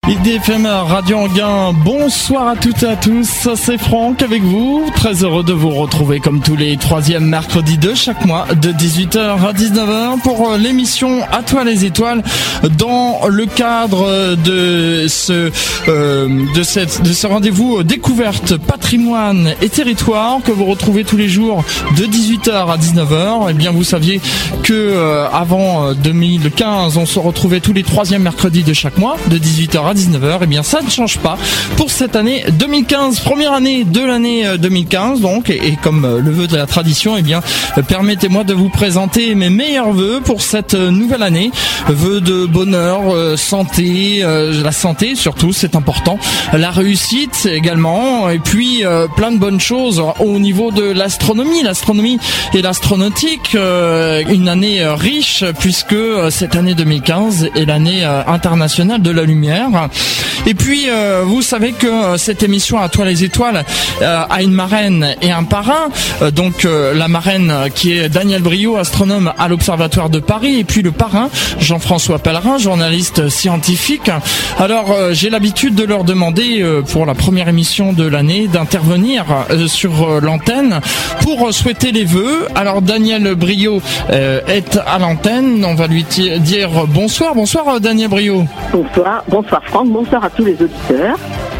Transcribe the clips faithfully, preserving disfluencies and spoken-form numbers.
I D F M Radio Anguin, bonsoir à toutes et à tous, c'est Franck avec vous, très heureux de vous retrouver comme tous les troisièmes mercredis de chaque mois de dix-huit heures à dix-neuf heures pour l'émission À toi les étoiles dans le cadre de ce euh, de cette de ce rendez-vous découverte patrimoine et territoire que vous retrouvez tous les jours de dix-huit heures à dix-neuf heures. Et bien vous saviez que euh, avant deux mille quinze, on se retrouvait tous les troisièmes mercredis de chaque mois de dix-huit heures à dix-neuf heures. Et bien ça ne change pas pour cette année deux mille quinze, première année de l'année deux mille quinze donc, et, et comme le vœu de la tradition, et bien permettez-moi de vous présenter mes meilleurs vœux pour cette nouvelle année. Vœux de bonheur, euh, santé, euh, la santé surtout, c'est important, la réussite également, et puis euh, plein de bonnes choses au niveau de l'astronomie, l'astronomie et l'astronautique, euh, une année riche puisque cette année deux mille quinze est l'année euh, internationale de la lumière. Et puis euh, vous savez que cette émission À toi les étoiles euh, a une marraine et un parrain, euh, donc euh, la marraine qui est Daniel Briot, astronome à l'Observatoire de Paris, et puis le parrain Jean-François Pellerin, journaliste scientifique. Alors euh, j'ai l'habitude de leur demander euh, pour la première émission de l'année d'intervenir euh, sur euh, l'antenne pour souhaiter les vœux. Alors Daniel Briot euh, est à l'antenne, on va lui t- dire bonsoir. Bonsoir Daniel Briot. Bonsoir, bonsoir Franck, bonsoir à tous les auditeurs.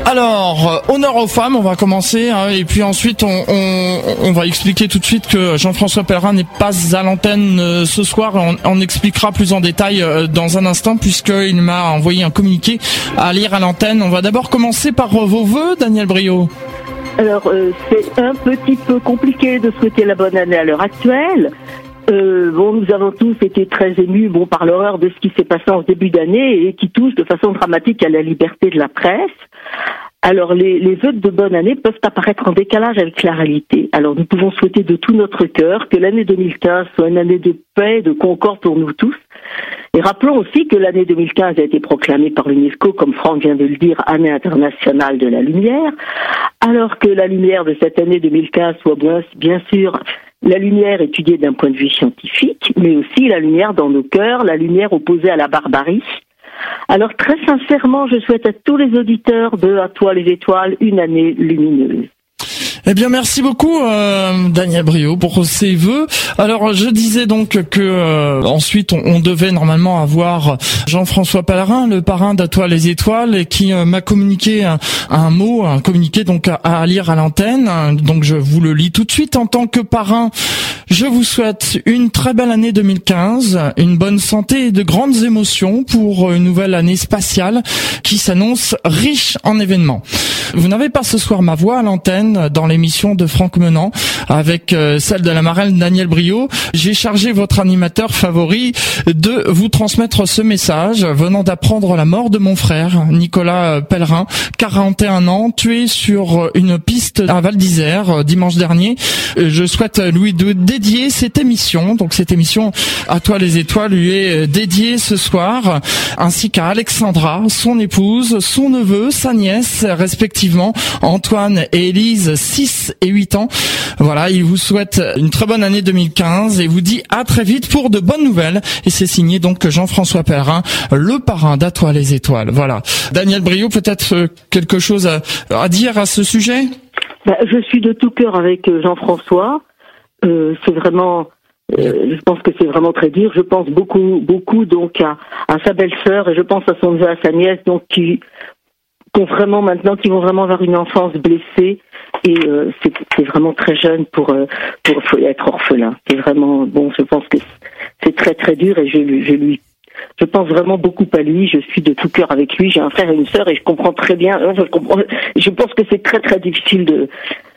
Alors, euh, honneur aux femmes, on va commencer, hein, et puis ensuite on, on, on va expliquer tout de suite que Jean-François Pellerin n'est pas à l'antenne euh, ce soir. On, on expliquera plus en détail euh, dans un instant puisqu'il m'a envoyé un communiqué à lire à l'antenne. On va d'abord commencer par euh, vos vœux, Daniel Briot. Alors, euh, c'est un petit peu compliqué de souhaiter la bonne année à l'heure actuelle. Euh, bon, nous avons tous été très émus, bon, par l'horreur de ce qui s'est passé en début d'année et qui touche de façon dramatique à la liberté de la presse. Alors, les, les vœux de bonne année peuvent apparaître en décalage avec la réalité. Alors, nous pouvons souhaiter de tout notre cœur que l'année deux mille quinze soit une année de paix, de concorde pour nous tous. Et rappelons aussi que l'année deux mille quinze a été proclamée par l'UNESCO, comme Franck vient de le dire, année internationale de la lumière. Alors que la lumière de cette année deux mille quinze soit bien, bien sûr la lumière étudiée d'un point de vue scientifique, mais aussi la lumière dans nos cœurs, la lumière opposée à la barbarie. Alors très sincèrement, je souhaite à tous les auditeurs de À toi les étoiles une année lumineuse. Eh bien, merci beaucoup, euh, Daniel Briot, pour ces vœux. Alors, je disais donc que euh, ensuite, on, on devait normalement avoir Jean-François Pellerin, le parrain d'À toi les étoiles, et qui euh, m'a communiqué un, un mot, un communiqué donc à, à lire à l'antenne. Donc, je vous le lis tout de suite. En tant que parrain, je vous souhaite une très belle année deux mille quinze, une bonne santé et de grandes émotions pour une nouvelle année spatiale qui s'annonce riche en événements. Vous n'avez pas ce soir ma voix à l'antenne dans l'émission de Franck Menant avec euh, celle de la marraine Daniel Briot. J'ai chargé votre animateur favori de vous transmettre ce message venant d'apprendre la mort de mon frère Nicolas Pellerin, quarante et un ans, tué sur une piste à Val d'Isère euh, dimanche dernier. Euh, je souhaite lui de dédier cette émission, donc cette émission À toi les étoiles lui est dédiée ce soir, ainsi qu'à Alexandra, son épouse, son neveu, sa nièce, respectivement Antoine et Élise, six et huit ans. Voilà, il vous souhaite une très bonne année deux mille quinze et vous dit à très vite pour de bonnes nouvelles. Et c'est signé donc Jean-François Pellerin, le parrain d'À toi les étoiles. Voilà. Daniel Briot, peut-être quelque chose à, à dire à ce sujet ? Ben, je suis de tout cœur avec Jean-François. Euh, c'est vraiment... Euh, je pense que c'est vraiment très dur. Je pense beaucoup, beaucoup donc à, à sa belle-sœur et je pense à son neveu, à sa nièce, donc qui... Qui vraiment maintenant, qui vont vraiment vers une enfance blessée et euh, c'est, c'est vraiment très jeune pour euh, pour être orphelin. C'est vraiment bon. Je pense que c'est très très dur et je, je lui je pense vraiment beaucoup à lui. Je suis de tout cœur avec lui. J'ai un frère et une sœur et je comprends très bien. Je comprends. Je pense que c'est très très difficile de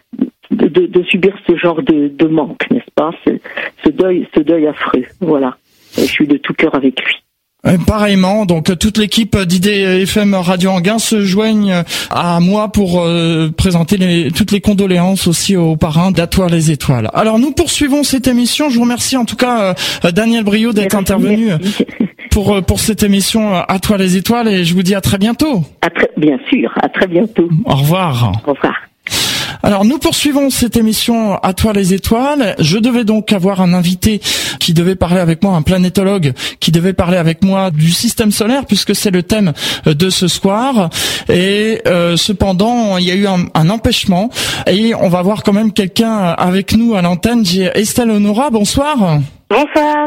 de, de, de subir ce genre de, de manque, n'est-ce pas? Ce, ce deuil, ce deuil affreux. Voilà. Et je suis de tout cœur avec lui. Euh, pareillement, donc toute l'équipe d'I D F M Radio Anguin se joigne à moi pour euh, présenter les, toutes les condoléances aussi aux parrains d'À toi les étoiles. Alors nous poursuivons cette émission. Je vous remercie en tout cas euh, Daniel Briot d'être merci, intervenu merci. pour pour cette émission À toi les étoiles et je vous dis à très bientôt. À très, bien sûr, à très bientôt. Au revoir. Au revoir. Alors nous poursuivons cette émission À toi les étoiles. Je devais donc avoir un invité qui devait parler avec moi, un planétologue qui devait parler avec moi du système solaire puisque c'est le thème de ce soir. Et euh, cependant, il y a eu un, un empêchement et on va voir quand même quelqu'un avec nous à l'antenne. J'ai Estelle Honora, bonsoir. Bonsoir.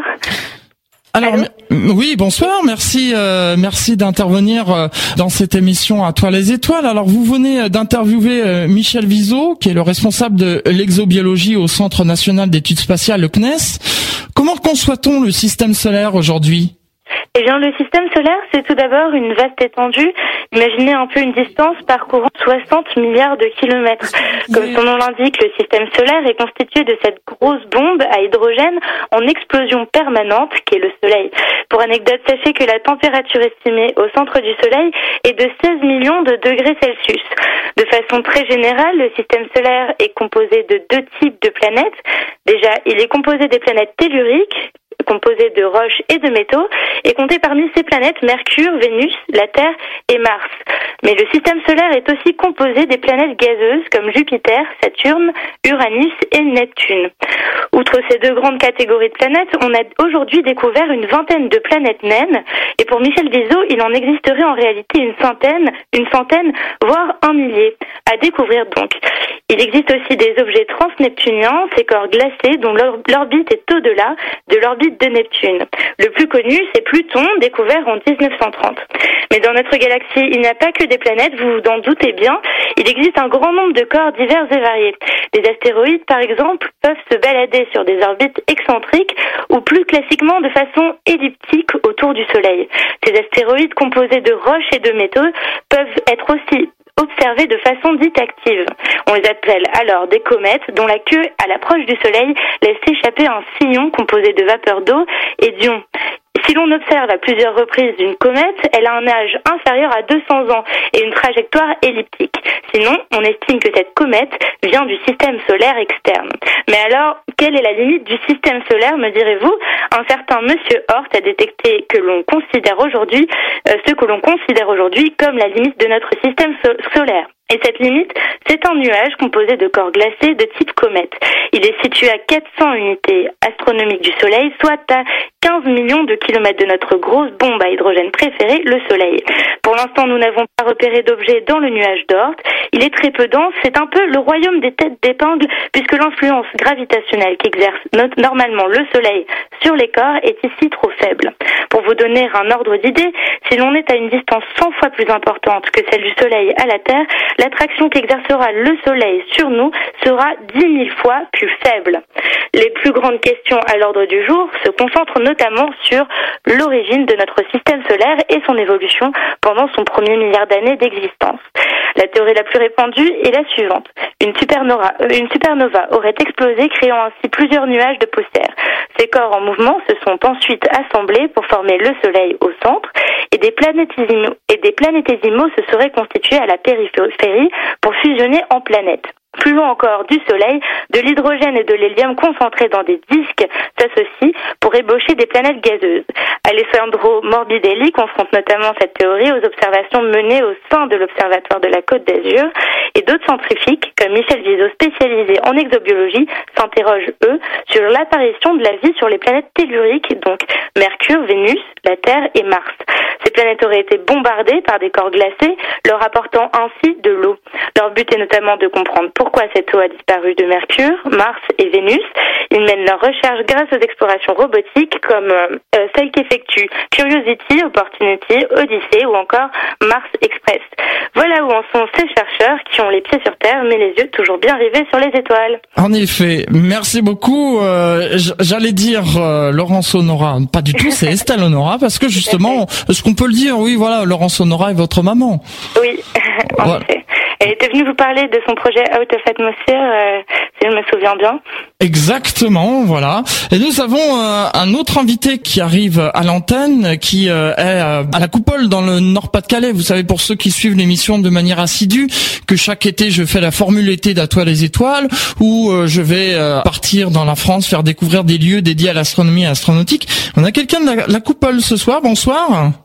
Alors m- oui, bonsoir, merci euh, merci d'intervenir euh, dans cette émission À toi les étoiles. Alors vous venez d'interviewer euh, Michel Viseau, qui est le responsable de l'exobiologie au Centre national d'études spatiales, le C N E S. Comment conçoit-on le système solaire aujourd'hui ? Eh bien, le système solaire, c'est tout d'abord une vaste étendue. Imaginez un peu une distance parcourant soixante milliards de kilomètres. Comme son nom l'indique, le système solaire est constitué de cette grosse bombe à hydrogène en explosion permanente qu'est le Soleil. Pour anecdote, sachez que la température estimée au centre du Soleil est de seize millions de degrés Celsius. De façon très générale, le système solaire est composé de deux types de planètes. Déjà, il est composé des planètes telluriques, composée de roches et de métaux, et compter parmi ces planètes Mercure, Vénus, la Terre et Mars. Mais le système solaire est aussi composé des planètes gazeuses comme Jupiter, Saturne, Uranus et Neptune. Outre ces deux grandes catégories de planètes, on a aujourd'hui découvert une vingtaine de planètes naines, et pour Michel Viseau, il en existerait en réalité une centaine, une centaine, voire un millier, à découvrir donc. Il existe aussi des objets transneptuniens, ces corps glacés dont l'orbite est au-delà de l'orbite de Neptune. Le plus connu, c'est Pluton, découvert en dix-neuf cent trente. Mais dans notre galaxie, il n'y a pas que des planètes, vous vous en doutez bien. Il existe un grand nombre de corps divers et variés. Des astéroïdes, par exemple, peuvent se balader sur des orbites excentriques ou plus classiquement de façon elliptique autour du Soleil. Ces astéroïdes composés de roches et de métaux peuvent être aussi observés de façon dite active. On les appelle alors des comètes dont la queue à l'approche du Soleil laisse échapper un sillon composé de vapeur d'eau et d'ions. Si l'on observe à plusieurs reprises une comète, elle a un âge inférieur à deux cents ans et une trajectoire elliptique. Sinon, on estime que cette comète vient du système solaire externe. Mais alors, quelle est la limite du système solaire, me direz-vous ? Un certain monsieur Hort a détecté que l'on considère aujourd'hui, euh, ce que l'on considère aujourd'hui comme la limite de notre système so- solaire. Et cette limite, c'est un nuage composé de corps glacés de type comète. Il est situé à quatre cents unités astronomiques du Soleil, soit à quinze millions de kilomètres de notre grosse bombe à hydrogène préférée, le Soleil. Pour l'instant, nous n'avons pas repéré d'objet dans le nuage d'Oort. Il est très peu dense, c'est un peu le royaume des têtes d'épingle, puisque l'influence gravitationnelle qu'exerce no- normalement le Soleil sur les corps est ici trop faible. Pour vous donner un ordre d'idée, si l'on est à une distance cent fois plus importante que celle du Soleil à la Terre, l'attraction qu'exercera le Soleil sur nous sera dix mille fois plus faible. Les plus grandes questions à l'ordre du jour se concentrent notamment sur l'origine de notre système solaire et son évolution pendant son premier milliard d'années d'existence. La théorie la plus répandue est la suivante. Une supernova, une supernova aurait explosé, créant ainsi plusieurs nuages de poussière. Ces corps en mouvement se sont ensuite assemblés pour former le Soleil au centre, et des planétésimaux, et des planétésimaux se seraient constitués à la périphérie pour fusionner en planètes. Plus loin encore du Soleil, de l'hydrogène et de l'hélium concentrés dans des disques s'associent pour ébaucher des planètes gazeuses. Alessandro Morbidelli confronte notamment cette théorie aux observations menées au sein de l'Observatoire de la Côte d'Azur, et d'autres scientifiques, comme Michel Viseau spécialisé en exobiologie, s'interrogent, eux, sur l'apparition de la vie sur les planètes telluriques, donc Mercure, Vénus, la Terre et Mars. Ces planètes auraient été bombardées par des corps glacés, leur apportant ainsi de l'eau. Leur but est notamment de comprendre pourquoi cette eau a disparu de Mercure, Mars et Vénus. Ils mènent leurs recherches grâce aux explorations robotiques comme euh, celles qu'effectuent Curiosity, Opportunity, Odyssey ou encore Mars Express. Voilà où en sont ces chercheurs qui ont les pieds sur Terre mais les yeux toujours bien rivés sur les étoiles. En effet, merci beaucoup. Euh, j'allais dire euh, Laurence Honora, pas du tout, c'est Estelle Honora, parce que justement, ce qu'on peut le dire, oui, voilà, Laurence Honora est votre maman. Oui, en voilà. effet. Elle était venue vous parler de son projet Out of Atmosphere, euh, si je me souviens bien. Exactement, voilà. Et nous avons euh, un autre invité qui arrive à l'antenne, qui euh, est euh, à la Coupole dans le Nord-Pas-de-Calais. Vous savez, pour ceux qui suivent l'émission de manière assidue, que chaque été je fais la formule été d'À toi les étoiles, où euh, je vais euh, partir dans la France, faire découvrir des lieux dédiés à l'astronomie et à l'astronautique. On a quelqu'un de la, la Coupole ce soir, bonsoir.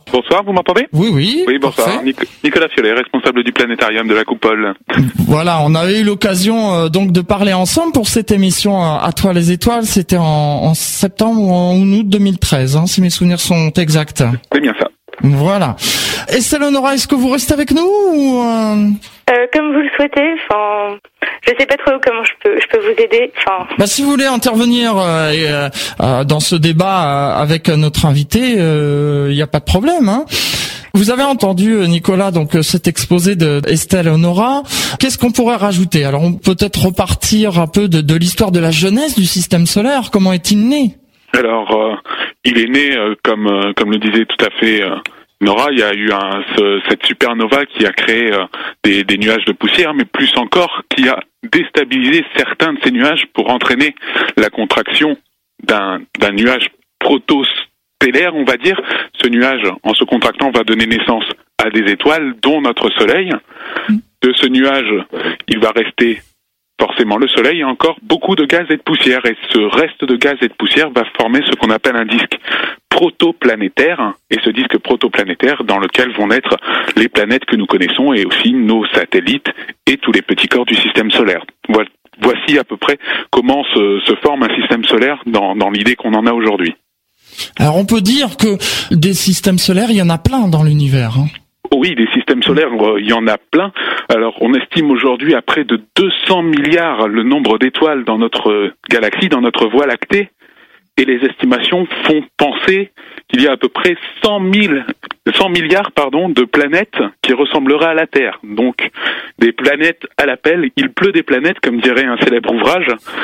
Bonsoir, vous m'entendez ? Oui, oui. Oui, bonsoir. Nic- Nicolas Fiolet, responsable du planétarium de la Coupole. Voilà, on a eu l'occasion euh, donc de parler ensemble pour cette émission euh, À toi les étoiles. C'était en, en septembre ou en août deux mille treize, hein, si mes souvenirs sont exacts. C'est bien ça. Voilà. Estelle Honora, est-ce que vous restez avec nous ou euh... Euh, comme vous le souhaitez. Enfin, je sais pas trop comment je peux, je peux vous aider. Enfin. Bah, si vous voulez intervenir euh, et, euh, euh, dans ce débat euh, avec notre invité, il euh, n'y a pas de problème. Hein. Vous avez entendu, Nicolas, donc cet exposé de Estelle Honora. Qu'est-ce qu'on pourrait rajouter ? Alors, on peut peut-être repartir un peu de, de l'histoire de la jeunesse du système solaire. Comment est-il né ? Alors, euh, il est né, euh, comme euh, comme le disait tout à fait euh, Nora, il y a eu un, ce, cette supernova qui a créé euh, des, des nuages de poussière, mais plus encore, qui a déstabilisé certains de ces nuages pour entraîner la contraction d'un, d'un nuage protostellaire, on va dire. Ce nuage, en se contractant, va donner naissance à des étoiles, dont notre Soleil. De ce nuage, il va rester forcément le Soleil et encore beaucoup de gaz et de poussière. Et ce reste de gaz et de poussière va former ce qu'on appelle un disque protoplanétaire. Et ce disque protoplanétaire dans lequel vont naître les planètes que nous connaissons et aussi nos satellites et tous les petits corps du système solaire. Voici à peu près comment se, se forme un système solaire dans, dans l'idée qu'on en a aujourd'hui. Alors on peut dire que des systèmes solaires, il y en a plein dans l'univers, hein. Oui, des systèmes solaires, il y en a plein. Alors, on estime aujourd'hui à près de deux cents milliards le nombre d'étoiles dans notre galaxie, dans notre voie lactée. Et les estimations font penser qu'il y a à peu près cent mille, cent milliards pardon, de planètes qui ressembleraient à la Terre. Donc, des planètes à l'appel. Il pleut des planètes, comme dirait un célèbre ouvrage.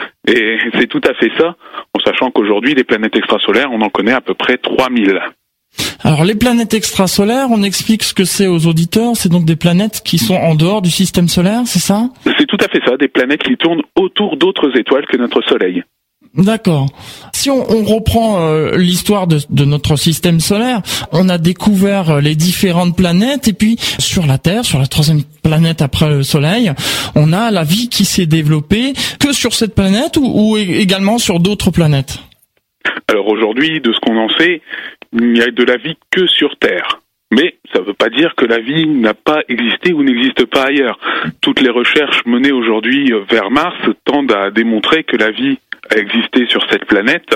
Et c'est tout à fait ça, en sachant qu'aujourd'hui, des planètes extrasolaires, on en connaît à peu près trois mille. Alors les planètes extrasolaires, on explique ce que c'est aux auditeurs, c'est donc des planètes qui sont en dehors du système solaire, c'est ça ? C'est tout à fait ça, des planètes qui tournent autour d'autres étoiles que notre Soleil. D'accord. Si on, on reprend euh, l'histoire de, de notre système solaire, on a découvert les différentes planètes et puis sur la Terre, sur la troisième planète après le Soleil, on a la vie qui s'est développée que sur cette planète ou, ou également sur d'autres planètes ? Alors aujourd'hui, de ce qu'on en sait, il n'y a de la vie que sur Terre. Mais ça ne veut pas dire que la vie n'a pas existé ou n'existe pas ailleurs. Toutes les recherches menées aujourd'hui vers Mars tendent à démontrer que la vie a existé sur cette planète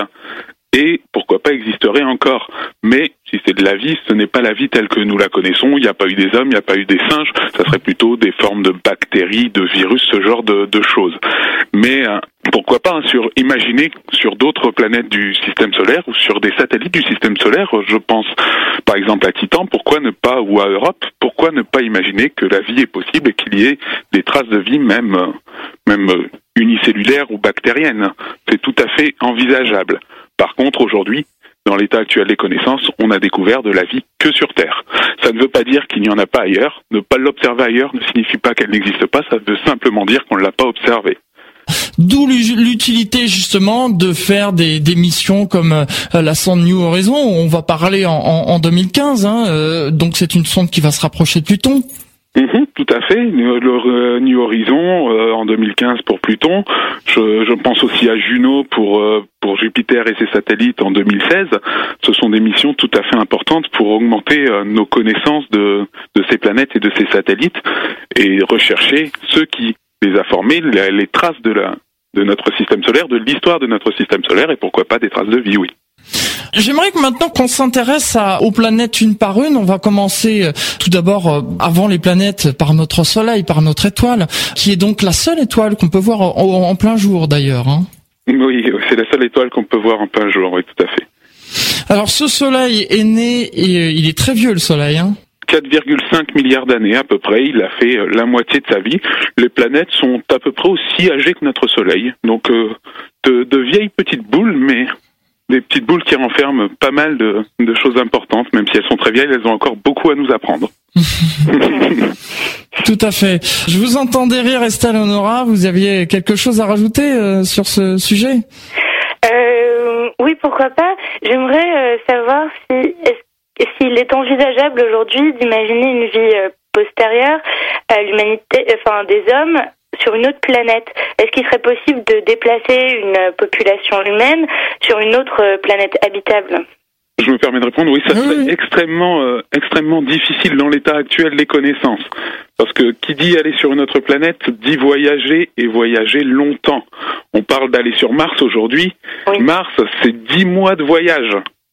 et pourquoi pas existerait encore. Mais si c'est de la vie, ce n'est pas la vie telle que nous la connaissons. Il n'y a pas eu des hommes, il n'y a pas eu des singes. Ça serait plutôt des formes de bactéries, de virus, ce genre de, de choses. Mais euh, pourquoi pas hein, sur imaginer sur d'autres planètes du système solaire ou sur des satellites du système solaire. Je pense par exemple à Titan. Pourquoi ne pas ou à Europe. Pourquoi ne pas imaginer que la vie est possible et qu'il y ait des traces de vie même euh, même euh, unicellulaires ou bactériennes. C'est tout à fait envisageable. Par contre, aujourd'hui, dans l'état actuel des connaissances, on a découvert de la vie que sur Terre. Ça ne veut pas dire qu'il n'y en a pas ailleurs. Ne pas l'observer ailleurs ne signifie pas qu'elle n'existe pas. Ça veut simplement dire qu'on ne l'a pas observée. D'où l'utilité justement de faire des, des missions comme euh, la sonde New Horizon. On va parler en, en, en deux mille quinze. Hein, euh, donc c'est une sonde qui va se rapprocher de Pluton. Mmh, tout à fait. Le New Horizon euh, en deux mille quinze pour Pluton. Je, je pense aussi à Juno pour euh, pour Jupiter et ses satellites en deux mille seize. Ce sont des missions tout à fait importantes pour augmenter euh, nos connaissances de de ces planètes et de ces satellites et rechercher ceux qui les a formés, les, les traces de la de notre système solaire, de l'histoire de notre système solaire et pourquoi pas des traces de vie, oui. J'aimerais que maintenant qu'on s'intéresse à, aux planètes une par une, on va commencer euh, tout d'abord euh, avant les planètes par notre Soleil, par notre étoile, qui est donc la seule étoile qu'on peut voir en, en, en plein jour d'ailleurs. Hein. Oui, c'est la seule étoile qu'on peut voir en plein jour, oui, tout à fait. Alors ce Soleil est né, et euh, il est très vieux le Soleil, hein. quatre virgule cinq milliards d'années à peu près, il a fait la moitié de sa vie. Les planètes sont à peu près aussi âgées que notre Soleil, donc euh, de, de vieilles petites boules, mais des petites boules qui renferment pas mal de, de choses importantes, même si elles sont très vieilles, elles ont encore beaucoup à nous apprendre. Tout à fait. Je vous entendais rire, Estelle Honora, vous aviez quelque chose à rajouter euh, sur ce sujet ? euh, Oui, pourquoi pas. J'aimerais euh, savoir si est-ce, s'il est envisageable aujourd'hui d'imaginer une vie euh, postérieure à l'humanité, enfin des hommes, sur une autre planète. Est-ce qu'il serait possible de déplacer une population humaine sur une autre planète habitable ? Je me permets de répondre, oui, ça oui, serait oui. extrêmement, euh, extrêmement difficile dans l'état actuel des connaissances. Parce que qui dit aller sur une autre planète dit voyager et voyager longtemps. On parle d'aller sur Mars aujourd'hui. Oui. Mars, c'est dix mois de voyage.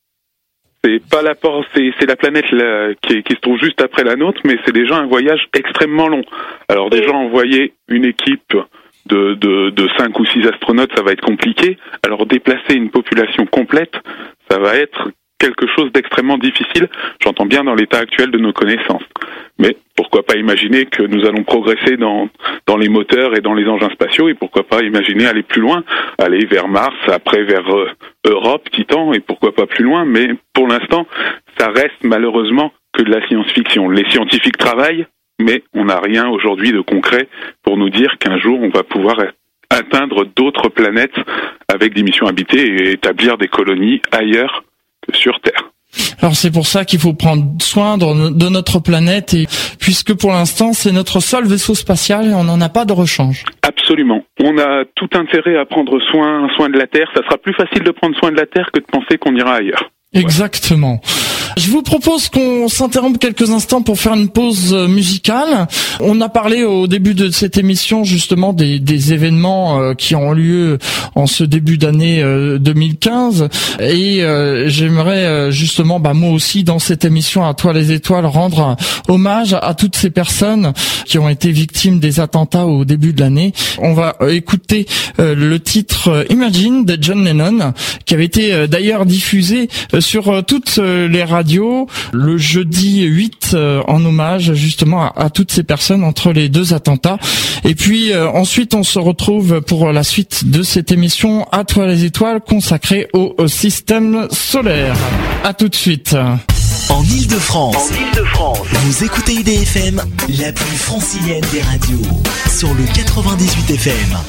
C'est pas la por- c'est, c'est la planète là, qui, est, qui se trouve juste après la nôtre, mais c'est déjà un voyage extrêmement long. Alors déjà envoyer une équipe de, de, de cinq ou six astronautes, ça va être compliqué. Alors déplacer une population complète, ça va être quelque chose d'extrêmement difficile, j'entends bien dans l'état actuel de nos connaissances. Mais pourquoi pas imaginer que nous allons progresser dans, dans les moteurs et dans les engins spatiaux, et pourquoi pas imaginer aller plus loin, aller vers Mars, après vers euh, Europe, Titan, et pourquoi pas plus loin, mais pour l'instant, ça reste malheureusement que de la science-fiction. Les scientifiques travaillent, mais on n'a rien aujourd'hui de concret pour nous dire qu'un jour on va pouvoir atteindre d'autres planètes avec des missions habitées et établir des colonies ailleurs sur Terre. Alors c'est pour ça qu'il faut prendre soin de, de notre planète, et puisque pour l'instant c'est notre seul vaisseau spatial et on n'en a pas de rechange. Absolument. On a tout intérêt à prendre soin, soin de la Terre. Ça sera plus facile de prendre soin de la Terre que de penser qu'on ira ailleurs. Exactement. Je vous propose qu'on s'interrompe quelques instants pour faire une pause musicale. On a parlé au début de cette émission justement des, des événements euh, qui ont lieu en ce début d'année euh, deux mille quinze, et euh, j'aimerais euh, justement, bah, moi aussi dans cette émission À toi les étoiles, rendre hommage à toutes ces personnes qui ont été victimes des attentats au début de l'année. On va euh, écouter euh, le titre euh, Imagine de John Lennon, qui avait été euh, d'ailleurs diffusé euh, sur euh, toutes euh, les radios le jeudi huit euh, en hommage justement à, à toutes ces personnes entre les deux attentats. Et puis euh, ensuite on se retrouve pour la suite de cette émission À toi les étoiles, consacrée au, au système solaire. À tout de suite. En Ile-de-France, En Ile-de-France, vous écoutez I D F M, la plus francilienne des radios, sur le quatre-vingt-dix-huit F M.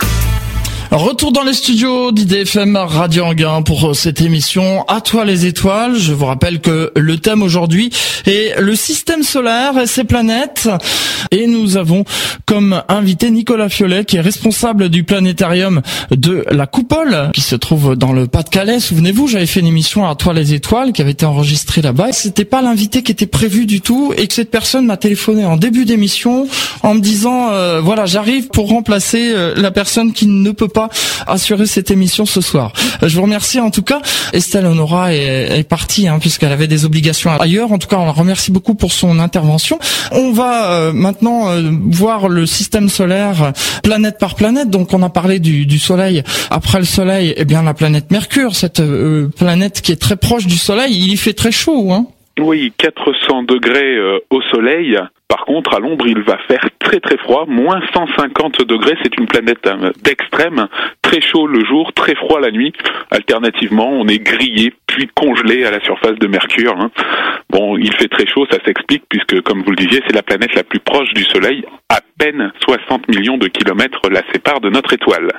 Retour dans les studios d'I D F M Radio Anguin pour cette émission À toi les étoiles. Je vous rappelle que le thème aujourd'hui est le système solaire et ses planètes. Et nous avons comme invité Nicolas Fiolet, qui est responsable du planétarium de la Coupole, qui se trouve dans le Pas-de-Calais. Souvenez-vous, j'avais fait une émission À toi les étoiles qui avait été enregistrée là-bas. C'était pas l'invité qui était prévu du tout, et que cette personne m'a téléphoné en début d'émission en me disant euh, voilà, j'arrive pour remplacer euh, la personne qui ne peut pas assurer cette émission ce soir. Je vous remercie en tout cas. Estelle Honora est, est partie hein, puisqu'elle avait des obligations ailleurs. En tout cas, on la remercie beaucoup pour son intervention. On va euh, maintenant euh, voir le système solaire planète par planète. Donc on a parlé du, du Soleil. Après le Soleil, eh bien la planète Mercure, cette euh, planète qui est très proche du Soleil. Il y fait très chaud, hein. Oui, quatre cents degrés euh, au soleil. Par contre, à l'ombre, il va faire très très froid, moins cent cinquante degrés. C'est une planète euh, d'extrême, très chaud le jour, très froid la nuit. Alternativement, on est grillé puis congelé à la surface de Mercure. Hein. Bon, il fait très chaud, ça s'explique puisque, comme vous le disiez, c'est la planète la plus proche du Soleil. À peine soixante millions de kilomètres la séparent de notre étoile.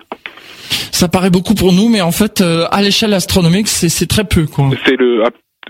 Ça paraît beaucoup pour nous, mais en fait, euh, à l'échelle astronomique, c'est, c'est très peu, quoi. C'est le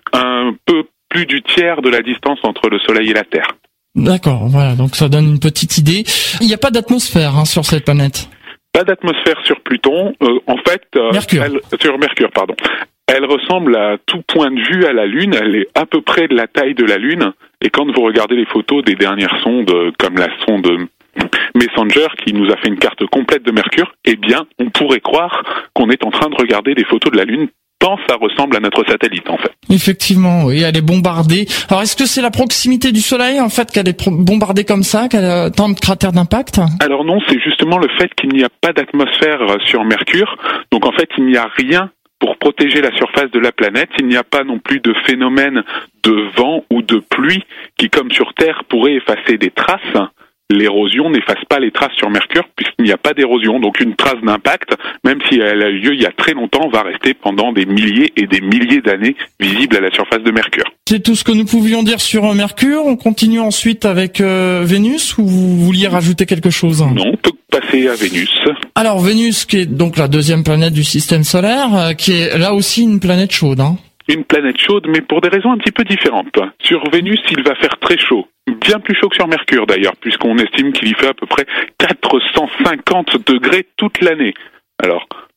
un peu plus du tiers de la distance entre le Soleil et la Terre. D'accord, voilà, donc ça donne une petite idée. Il n'y a pas d'atmosphère hein, sur cette planète. Pas d'atmosphère sur Pluton. Euh, en fait, euh, Mercure. Elle, sur Mercure, pardon. Elle ressemble à tout point de vue à la Lune. Elle est à peu près de la taille de la Lune. Et quand vous regardez les photos des dernières sondes, comme la sonde Messenger, qui nous a fait une carte complète de Mercure, eh bien, on pourrait croire qu'on est en train de regarder des photos de la Lune, tant ça ressemble à notre satellite, en fait. Effectivement, oui, elle est bombardée. Alors, est-ce que c'est la proximité du Soleil, en fait, qu'elle est pro- bombardée comme ça, qu'elle a tant de cratères d'impact ? Alors non, c'est justement le fait qu'il n'y a pas d'atmosphère sur Mercure. Donc, en fait, il n'y a rien pour protéger la surface de la planète. Il n'y a pas non plus de phénomène de vent ou de pluie qui, comme sur Terre, pourrait effacer des traces. L'érosion n'efface pas les traces sur Mercure puisqu'il n'y a pas d'érosion. Donc une trace d'impact, même si elle a eu lieu il y a très longtemps, va rester pendant des milliers et des milliers d'années visible à la surface de Mercure. C'est tout ce que nous pouvions dire sur Mercure. On continue ensuite avec euh, Vénus, ou vous vouliez rajouter quelque chose ? Non, on peut passer à Vénus. Alors Vénus, qui est donc la deuxième planète du système solaire, euh, qui est là aussi une planète chaude, hein. Une planète chaude, mais pour des raisons un petit peu différentes. Sur Vénus, il va faire très chaud. Bien plus chaud que sur Mercure d'ailleurs, puisqu'on estime qu'il y fait à peu près quatre cent cinquante degrés toute l'année. Alors,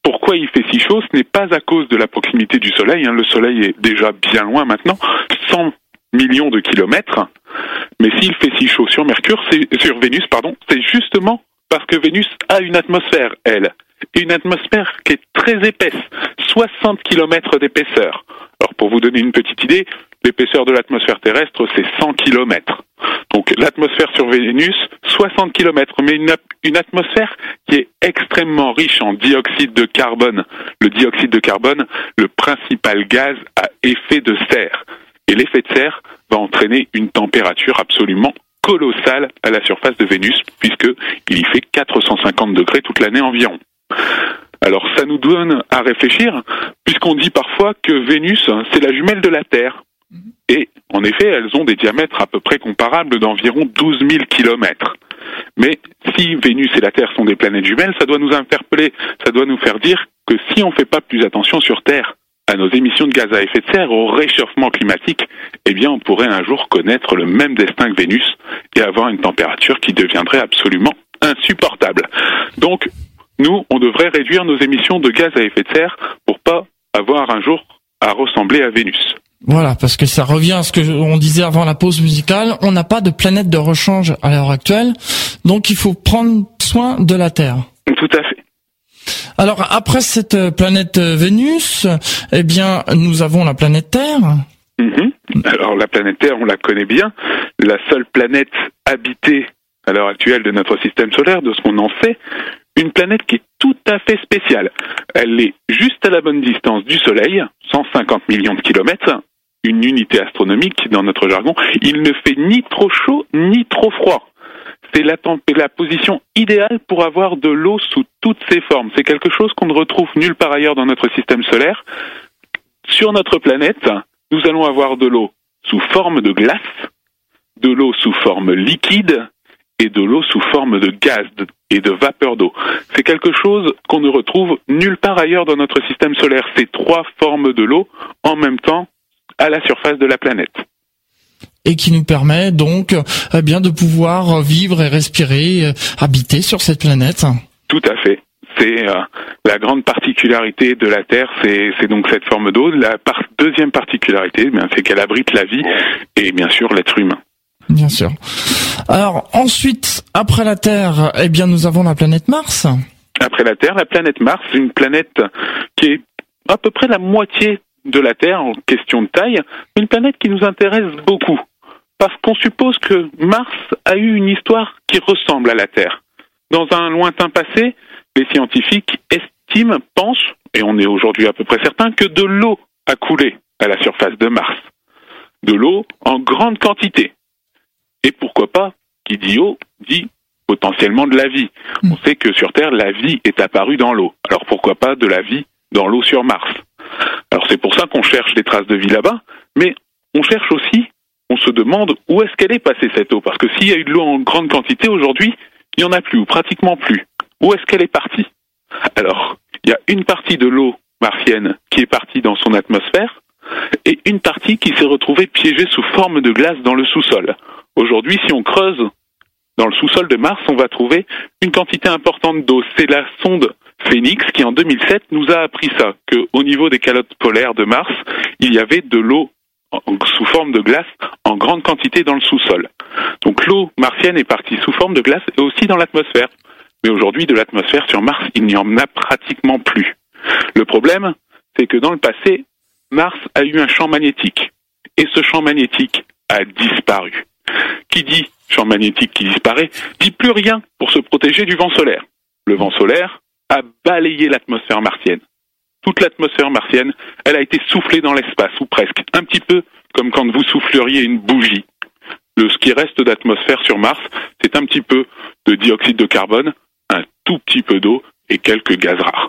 Pourquoi il fait si chaud? Ce n'est pas à cause de la proximité du Soleil, hein. Le Soleil est déjà bien loin maintenant, cent millions de kilomètres. Mais s'il fait si chaud sur Mercure, c'est, sur Vénus, pardon, c'est justement parce que Vénus a une atmosphère, elle. Une atmosphère qui est très épaisse, soixante kilomètres d'épaisseur. Alors pour vous donner une petite idée, l'épaisseur de l'atmosphère terrestre, c'est cent kilomètres. Donc l'atmosphère sur Vénus, soixante kilomètres, mais une, une atmosphère qui est extrêmement riche en dioxyde de carbone. Le dioxyde de carbone, le principal gaz à effet de serre. Et l'effet de serre va entraîner une température absolument colossale à la surface de Vénus, puisqu'il y fait quatre cent cinquante degrés toute l'année environ. Alors ça nous donne à réfléchir, puisqu'on dit parfois que Vénus, c'est la jumelle de la Terre. Et en effet, elles ont des diamètres à peu près comparables d'environ douze mille kilomètres. Mais si Vénus et la Terre sont des planètes jumelles, ça doit nous interpeller, ça doit nous faire dire que si on ne fait pas plus attention sur Terre à nos émissions de gaz à effet de serre, au réchauffement climatique, eh bien on pourrait un jour connaître le même destin que Vénus et avoir une température qui deviendrait absolument insupportable. Donc, nous, on devrait réduire nos émissions de gaz à effet de serre pour pas avoir un jour à ressembler à Vénus. Voilà, parce que ça revient à ce que on disait avant la pause musicale. On n'a pas de planète de rechange à l'heure actuelle, donc il faut prendre soin de la Terre. Tout à fait. Alors après cette planète Vénus, eh bien nous avons la planète Terre. Mmh. Alors la planète Terre, on la connaît bien, la seule planète habitée à l'heure actuelle de notre système solaire, de ce qu'on en sait, une planète qui est tout à fait spéciale. Elle est juste à la bonne distance du Soleil, cent cinquante millions de kilomètres, une unité astronomique dans notre jargon. Il ne fait ni trop chaud ni trop froid. C'est la, temp- la position idéale pour avoir de l'eau sous toutes ses formes. C'est quelque chose qu'on ne retrouve nulle part ailleurs dans notre système solaire. Sur notre planète, nous allons avoir de l'eau sous forme de glace, de l'eau sous forme liquide et de l'eau sous forme de gaz et de vapeur d'eau. C'est quelque chose qu'on ne retrouve nulle part ailleurs dans notre système solaire. Ces trois formes de l'eau en même temps à la surface de la planète. Et qui nous permet donc eh bien de pouvoir vivre et respirer, euh, habiter sur cette planète. Tout à fait. C'est euh, la grande particularité de la Terre, c'est, c'est donc cette forme d'eau. La par- deuxième particularité, bien, c'est qu'elle abrite la vie et bien sûr l'être humain. Bien sûr. Alors ensuite, après la Terre, eh bien nous avons la planète Mars. Après la Terre, la planète Mars, une planète qui est à peu près la moitié de la Terre en question de taille, une planète qui nous intéresse beaucoup. Parce qu'on suppose que Mars a eu une histoire qui ressemble à la Terre. Dans un lointain passé, les scientifiques estiment, pensent, et on est aujourd'hui à peu près certain, que de l'eau a coulé à la surface de Mars. De l'eau en grande quantité. Et pourquoi pas, qui dit eau, dit potentiellement de la vie. On sait que sur Terre, la vie est apparue dans l'eau. Alors pourquoi pas de la vie dans l'eau sur Mars? Alors c'est pour ça qu'on cherche des traces de vie là-bas, mais on cherche aussi, on se demande où est-ce qu'elle est passée cette eau, parce que s'il y a eu de l'eau en grande quantité aujourd'hui, il n'y en a plus, ou pratiquement plus. Où est-ce qu'elle est partie? Alors, il y a une partie de l'eau martienne qui est partie dans son atmosphère, et une partie qui s'est retrouvée piégée sous forme de glace dans le sous-sol. Aujourd'hui, si on creuse dans le sous-sol de Mars, on va trouver une quantité importante d'eau. C'est la sonde Phénix qui, en deux mille sept, nous a appris ça, qu'au niveau des calottes polaires de Mars, il y avait de l'eau sous forme de glace en grande quantité dans le sous-sol. Donc l'eau martienne est partie sous forme de glace et aussi dans l'atmosphère. Mais aujourd'hui, de l'atmosphère sur Mars, il n'y en a pratiquement plus. Le problème, c'est que dans le passé, Mars a eu un champ magnétique. Et ce champ magnétique a disparu. Qui dit champ magnétique qui disparaît, dit plus rien pour se protéger du vent solaire. Le vent solaire a balayé l'atmosphère martienne. Toute l'atmosphère martienne, elle a été soufflée dans l'espace, ou presque. Un petit peu comme quand vous souffleriez une bougie. Le, ce qui reste d'atmosphère sur Mars, c'est un petit peu de dioxyde de carbone, un tout petit peu d'eau et quelques gaz rares.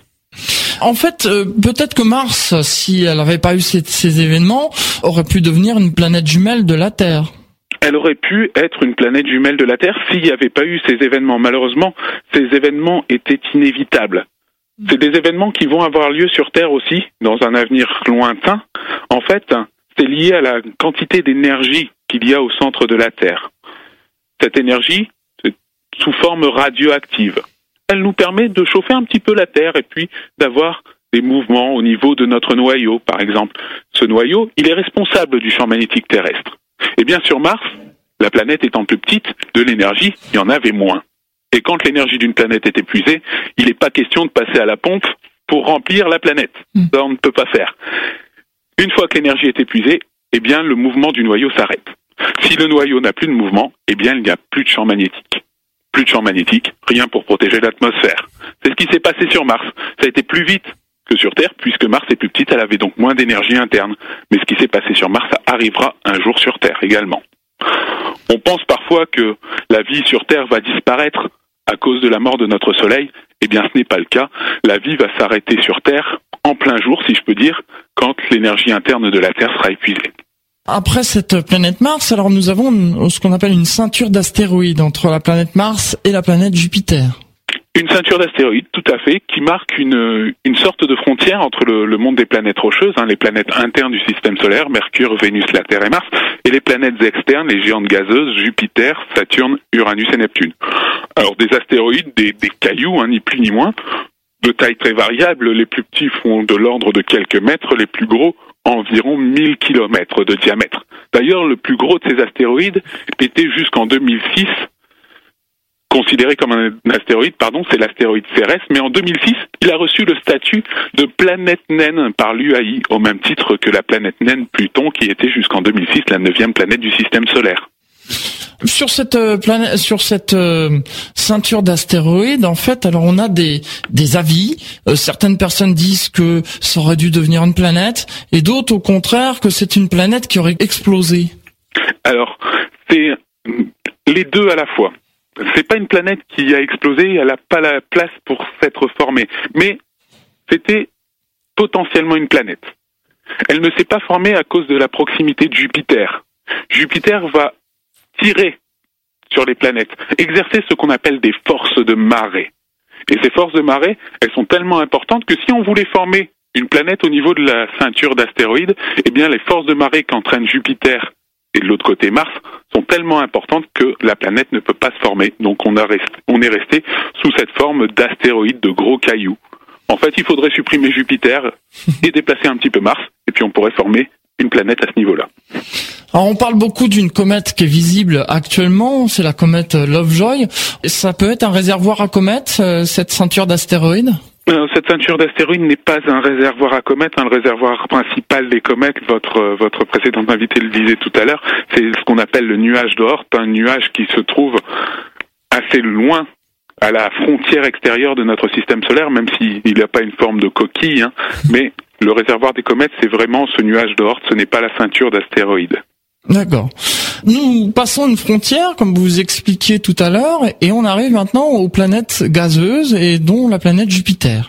En fait, euh, peut-être que Mars, si elle n'avait pas eu ces, ces événements, aurait pu devenir une planète jumelle de la Terre. Elle aurait pu être une planète jumelle de la Terre s'il n'y avait pas eu ces événements. Malheureusement, ces événements étaient inévitables. C'est des événements qui vont avoir lieu sur Terre aussi, dans un avenir lointain. En fait, c'est lié à la quantité d'énergie qu'il y a au centre de la Terre. Cette énergie, c'est sous forme radioactive. elle nous permet de chauffer un petit peu la Terre et puis d'avoir des mouvements au niveau de notre noyau, par exemple. Ce noyau, il est responsable du champ magnétique terrestre. Et bien sur Mars, la planète étant plus petite, de l'énergie, il y en avait moins. Et quand l'énergie d'une planète est épuisée, il n'est pas question de passer à la pompe pour remplir la planète. Mmh. Ça, on ne peut pas faire. Une fois que l'énergie est épuisée, eh bien, le mouvement du noyau s'arrête. Si le noyau n'a plus de mouvement, eh bien, il n'y a plus de champ magnétique. Plus de champ magnétique, rien pour protéger l'atmosphère. C'est ce qui s'est passé sur Mars. Ça a été plus vite que sur Terre, puisque Mars est plus petite, elle avait donc moins d'énergie interne. Mais ce qui s'est passé sur Mars, ça arrivera un jour sur Terre également. On pense parfois que la vie sur Terre va disparaître à cause de la mort de notre Soleil. Eh bien, ce n'est pas le cas. La vie va s'arrêter sur Terre en plein jour, si je peux dire, quand l'énergie interne de la Terre sera épuisée. Après cette planète Mars, alors nous avons ce qu'on appelle une ceinture d'astéroïdes entre la planète Mars et la planète Jupiter. Une ceinture d'astéroïdes, tout à fait, qui marque une, une sorte de frontière entre le, le monde des planètes rocheuses, hein, les planètes internes du système solaire, Mercure, Vénus, la Terre et Mars, et les planètes externes, les géantes gazeuses, Jupiter, Saturne, Uranus et Neptune. Alors des astéroïdes, des, des cailloux, hein, ni plus ni moins, de taille très variable, les plus petits font de l'ordre de quelques mètres, les plus gros environ mille kilomètres de diamètre. D'ailleurs, le plus gros de ces astéroïdes était jusqu'en deux mille six considéré comme un astéroïde, pardon, c'est l'astéroïde Cérès, mais en deux mille six, il a reçu le statut de planète naine par l'U A I, au même titre que la planète naine Pluton, qui était jusqu'en deux mille six la neuvième planète du système solaire. Sur cette euh, planète, sur cette euh, ceinture d'astéroïdes, en fait, alors on a des des avis. Euh, certaines personnes disent que ça aurait dû devenir une planète, et d'autres, au contraire, que c'est une planète qui aurait explosé. Alors, c'est les deux à la fois. C'est pas une planète qui a explosé, elle n'a pas la place pour s'être formée, mais c'était potentiellement une planète. Elle ne s'est pas formée à cause de la proximité de Jupiter. Jupiter va tirer sur les planètes, exercer ce qu'on appelle des forces de marée. Et ces forces de marée, elles sont tellement importantes que si on voulait former une planète au niveau de la ceinture d'astéroïdes, eh bien les forces de marée qu'entraîne Jupiter et de l'autre côté Mars sont tellement importantes que la planète ne peut pas se former. Donc on, a resté, on est resté sous cette forme d'astéroïdes, de gros cailloux. En fait, il faudrait supprimer Jupiter et déplacer un petit peu Mars, et puis on pourrait former une planète à ce niveau-là. Alors on parle beaucoup d'une comète qui est visible actuellement, c'est la comète Lovejoy. Ça peut être un réservoir à comètes, cette ceinture d'astéroïdes ? Euh, cette ceinture d'astéroïdes n'est pas un réservoir à comètes. Hein. Le réservoir principal des comètes, votre votre précédente invitée le disait tout à l'heure, c'est ce qu'on appelle le nuage d'Oort, un nuage qui se trouve assez loin à la frontière extérieure de notre système solaire, même s'il n'a pas une forme de coquille. Hein. Mais le réservoir des comètes, c'est vraiment ce nuage d'Oort, ce n'est pas la ceinture d'astéroïdes. D'accord. Nous passons une frontière, comme vous expliquiez tout à l'heure, et on arrive maintenant aux planètes gazeuses, et dont la planète Jupiter.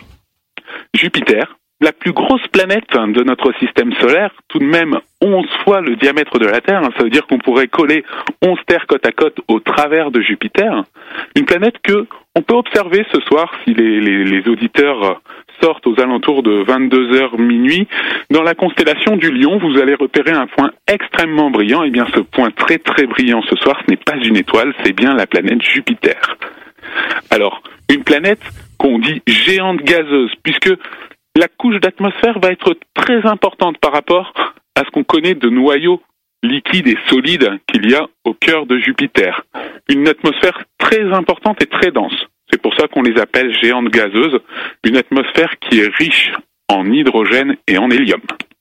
Jupiter, la plus grosse planète de notre système solaire, tout de même onze fois le diamètre de la Terre, ça veut dire qu'on pourrait coller onze terres côte à côte au travers de Jupiter. Une planète que on peut observer ce soir, si les, les, les auditeurs sortent aux alentours de vingt-deux heures minuit. Dans la constellation du Lion, vous allez repérer un point extrêmement brillant. Et bien, ce point très très brillant ce soir, ce n'est pas une étoile, c'est bien la planète Jupiter. Alors, une planète qu'on dit géante gazeuse, puisque la couche d'atmosphère va être très importante par rapport à ce qu'on connaît de noyaux liquides et solides qu'il y a au cœur de Jupiter. Une atmosphère très importante et très dense. C'est pour ça qu'on les appelle géantes gazeuses, une atmosphère qui est riche en hydrogène et en hélium.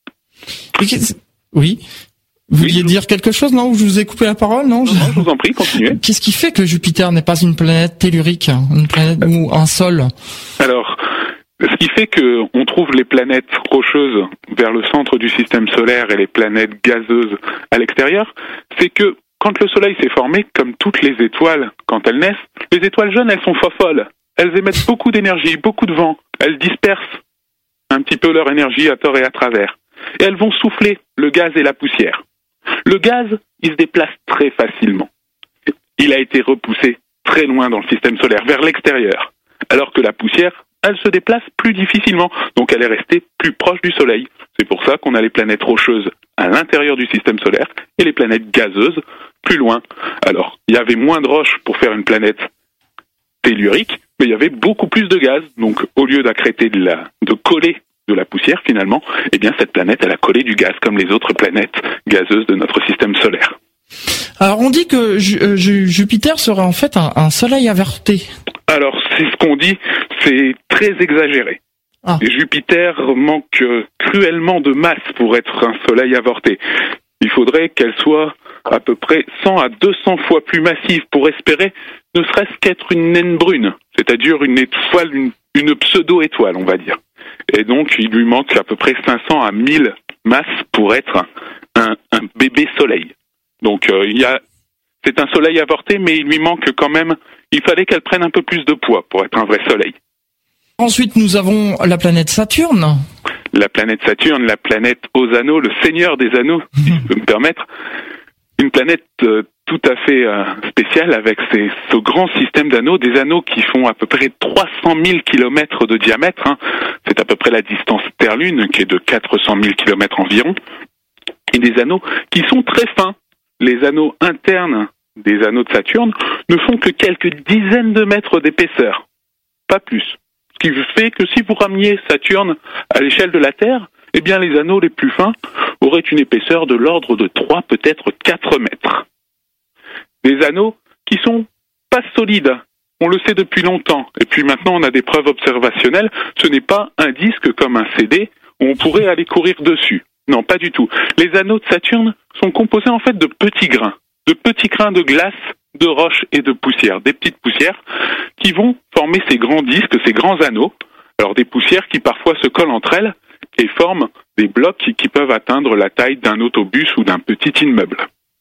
Oui. Vous vouliez oui, dire quelque chose, non? Je vous ai coupé la parole, non? Non, non, je vous en prie, continuez. Qu'est-ce qui fait que Jupiter n'est pas une planète tellurique, une planète euh, ou un sol? Alors, ce qui fait qu'on trouve les planètes rocheuses vers le centre du système solaire et les planètes gazeuses à l'extérieur, c'est que quand le Soleil s'est formé, comme toutes les étoiles, quand elles naissent, les étoiles jeunes, elles sont folles. Elles émettent beaucoup d'énergie, beaucoup de vent. Elles dispersent un petit peu leur énergie à tort et à travers. Et elles vont souffler le gaz et la poussière. Le gaz, il se déplace très facilement. Il a été repoussé très loin dans le système solaire, vers l'extérieur. Alors que la poussière, elle se déplace plus difficilement. Donc elle est restée plus proche du Soleil. C'est pour ça qu'on a les planètes rocheuses à l'intérieur du système solaire et les planètes gazeuses plus loin. Alors, il y avait moins de roches pour faire une planète tellurique, mais il y avait beaucoup plus de gaz. Donc, au lieu d'accréter de, la, de coller de la poussière, finalement, eh bien, cette planète, elle a collé du gaz, comme les autres planètes gazeuses de notre système solaire. Alors, on dit que Ju- Ju- Jupiter serait en fait un, un soleil avorté. Alors, c'est ce qu'on dit, c'est très exagéré. Ah. Jupiter manque cruellement de masse pour être un soleil avorté. Il faudrait qu'elle soit à peu près cent à deux cents fois plus massive pour espérer ne serait-ce qu'être une naine brune, c'est-à-dire une étoile, une, une pseudo-étoile, on va dire. Et donc, il lui manque à peu près cinq cents à mille masses pour être un, un, un bébé soleil. Donc, euh, il y a, c'est un soleil avorté, mais il lui manque quand même, il fallait qu'elle prenne un peu plus de poids pour être un vrai soleil. Ensuite, nous avons la planète Saturne. La planète Saturne, la planète aux anneaux, le seigneur des anneaux, si je peux me permettre. Une planète euh, tout à fait euh, spéciale avec ces, ce grand système d'anneaux, des anneaux qui font à peu près trois cent mille kilomètres de diamètre. Hein. C'est à peu près la distance Terre-Lune, qui est de quatre cent mille kilomètres environ. Et des anneaux qui sont très fins. Les anneaux internes des anneaux de Saturne ne font que quelques dizaines de mètres d'épaisseur, pas plus. Ce qui fait que si vous rameniez Saturne à l'échelle de la Terre, eh bien les anneaux les plus fins auraient une épaisseur de l'ordre de trois, peut-être quatre mètres. Des anneaux qui sont pas solides, on le sait depuis longtemps, et puis maintenant on a des preuves observationnelles, ce n'est pas un disque comme un C D où on pourrait aller courir dessus. Non, pas du tout. Les anneaux de Saturne sont composés en fait de petits grains, de petits grains de glace, de roches et de poussière, des petites poussières qui vont former ces grands disques, ces grands anneaux. Alors des poussières qui parfois se collent entre elles et forment des blocs qui, qui peuvent atteindre la taille d'un autobus ou d'un petit immeuble.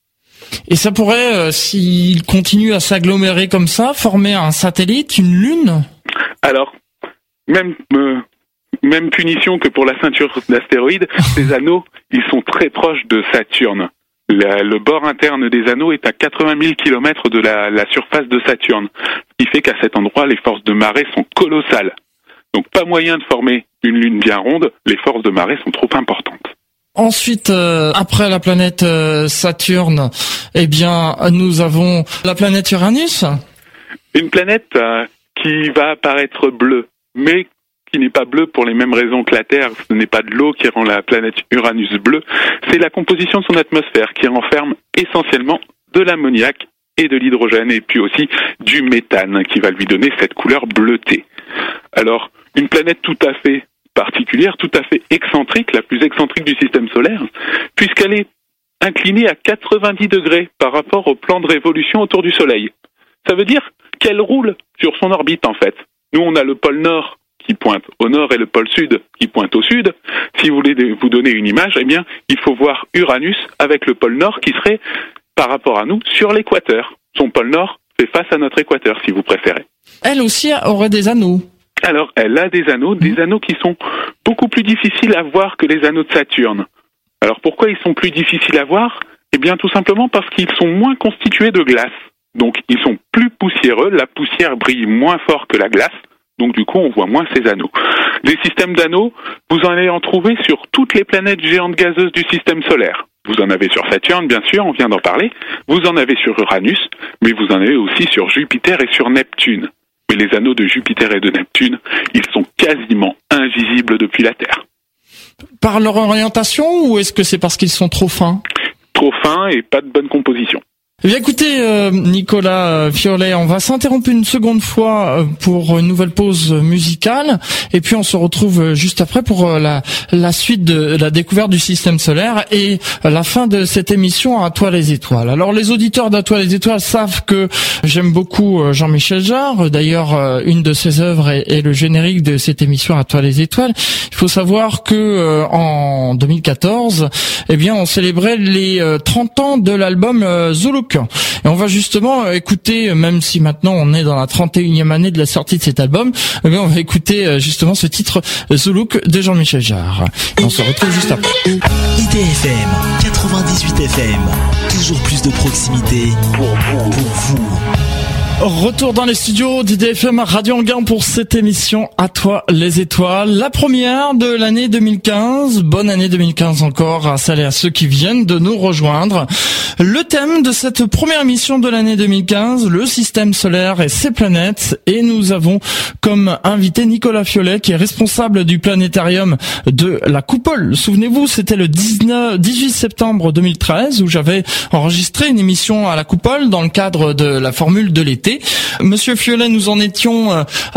Et ça pourrait, euh, s'il continue à s'agglomérer comme ça, former un satellite, une lune ? Alors, même euh, même punition que pour la ceinture d'astéroïdes, ces anneaux, ils sont très proches de Saturne. La, le bord interne des anneaux est à quatre-vingt mille kilomètres de la, la surface de Saturne, ce qui fait qu'à cet endroit, les forces de marée sont colossales. Donc pas moyen de former une lune bien ronde, les forces de marée sont trop importantes. Ensuite, euh, après la planète euh, Saturne, eh bien, nous avons la planète Uranus. Une planète euh, qui va apparaître bleue, mais qui n'est pas bleue pour les mêmes raisons que la Terre. Ce n'est pas de l'eau qui rend la planète Uranus bleue, c'est la composition de son atmosphère qui renferme essentiellement de l'ammoniac et de l'hydrogène, et puis aussi du méthane qui va lui donner cette couleur bleutée. Alors, une planète tout à fait particulière, tout à fait excentrique, la plus excentrique du système solaire, puisqu'elle est inclinée à quatre-vingt-dix degrés par rapport au plan de révolution autour du Soleil. Ça veut dire qu'elle roule sur son orbite, en fait. Nous, on a le pôle Nord qui pointe au nord et le pôle sud qui pointe au sud. Si vous voulez vous donner une image, eh bien, il faut voir Uranus avec le pôle Nord qui serait, par rapport à nous, sur l'équateur. Son pôle Nord fait face à notre équateur, si vous préférez. Elle aussi aurait des anneaux. Alors, elle a des anneaux, des anneaux qui sont beaucoup plus difficiles à voir que les anneaux de Saturne. Alors, pourquoi ils sont plus difficiles à voir ? Eh bien, tout simplement parce qu'ils sont moins constitués de glace. Donc, ils sont plus poussiéreux, la poussière brille moins fort que la glace, donc du coup, on voit moins ces anneaux. Les systèmes d'anneaux, vous en allez en trouver sur toutes les planètes géantes gazeuses du système solaire. Vous en avez sur Saturne, bien sûr, on vient d'en parler. Vous en avez sur Uranus, mais vous en avez aussi sur Jupiter et sur Neptune. Mais les anneaux de Jupiter et de Neptune, ils sont quasiment invisibles depuis la Terre. Par leur orientation, ou est-ce que c'est parce qu'ils sont trop fins ? Trop fins et pas de bonne composition. Eh bien, écoutez, euh, Nicolas Violet, on va s'interrompre une seconde fois euh, pour une nouvelle pause musicale, et puis on se retrouve juste après pour euh, la, la suite de la découverte du système solaire et euh, la fin de cette émission À toi les étoiles. Alors, les auditeurs d'À toi les étoiles savent que j'aime beaucoup euh, Jean-Michel Jarre. D'ailleurs, euh, une de ses œuvres est, est le générique de cette émission À toi les étoiles. Il faut savoir que euh, en deux mille quatorze, eh bien, on célébrait les euh, trente ans de l'album euh, Zuluk. Et on va justement écouter, même si maintenant on est dans la trente et unième année de la sortie de cet album, mais on va écouter justement ce titre Zuluk de Jean-Michel Jarre. Et on se retrouve juste après. I D F M, quatre-vingt-dix-huit F M, toujours plus de proximité pour vous. Pour vous. Retour dans les studios d'I D F M Radio Anguin pour cette émission À toi les étoiles, la première de l'année deux mille quinze. Bonne année deux mille quinze encore à celles et à ceux qui viennent de nous rejoindre. Le thème de cette première émission de l'année deux mille quinze, le système solaire et ses planètes. Et nous avons comme invité Nicolas Fiolet, qui est responsable du planétarium de la Coupole. Souvenez-vous, c'était le dix-neuf, dix-huit septembre deux mille treize où j'avais enregistré une émission à la Coupole dans le cadre de la formule de l'été. Monsieur Fiolet, nous en étions